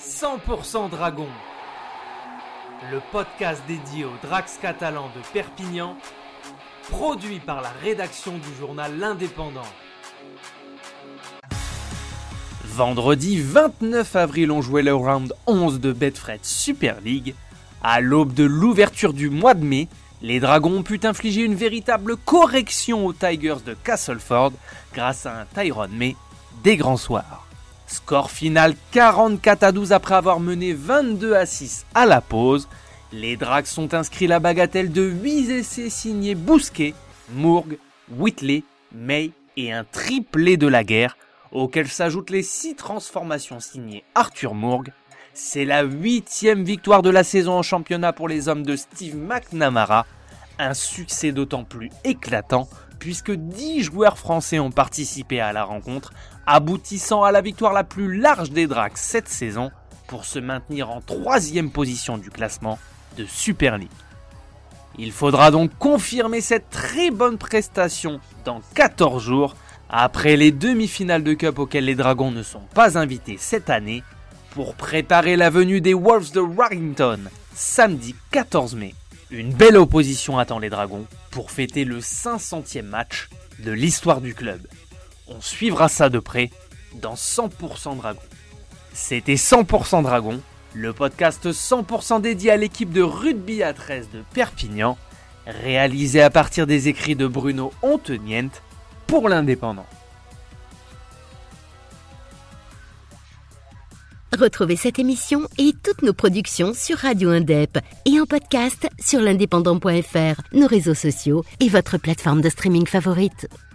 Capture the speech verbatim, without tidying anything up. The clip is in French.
cent pour cent Dragon, le podcast dédié aux Drax catalans de Perpignan, produit par la rédaction du journal L'Indépendant. Vendredi vingt-neuf avril, on jouait le round onze de Betfred Super League. À l'aube de l'ouverture du mois de mai, les Dragons ont pu infliger une véritable correction aux Tigers de Castleford grâce à un Tyrone May des grands soirs. Score final quarante-quatre à douze après avoir mené vingt-deux à six à la pause. Les Drags ont inscrit la bagatelle de huit essais signés Bousquet, Mourgue, Whitley, May et un triplé de la guerre, auxquels s'ajoutent les six transformations signées Arthur Mourgue. C'est la huitième victoire de la saison en championnat pour les hommes de Steve McNamara. Un succès d'autant plus éclatant puisque dix joueurs français ont participé à la rencontre, aboutissant à la victoire la plus large des Drags cette saison pour se maintenir en troisième position du classement de Super League. Il faudra donc confirmer cette très bonne prestation dans quatorze jours après les demi-finales de Cup auxquelles les Dragons ne sont pas invités cette année pour préparer la venue des Wolves de Warrington samedi quatorze mai. Une belle opposition attend les Dragons pour fêter le cinq centième match de l'histoire du club. On suivra ça de près dans cent pour cent Dragons. C'était cent pour cent Dragons, le podcast cent pour cent dédié à l'équipe de rugby à treize de Perpignan, réalisé à partir des écrits de Bruno Onteniente pour l'Indépendant. Retrouvez cette émission et toutes nos productions sur Radio Indep et en podcast sur l'indépendant point f r, nos réseaux sociaux et votre plateforme de streaming favorite.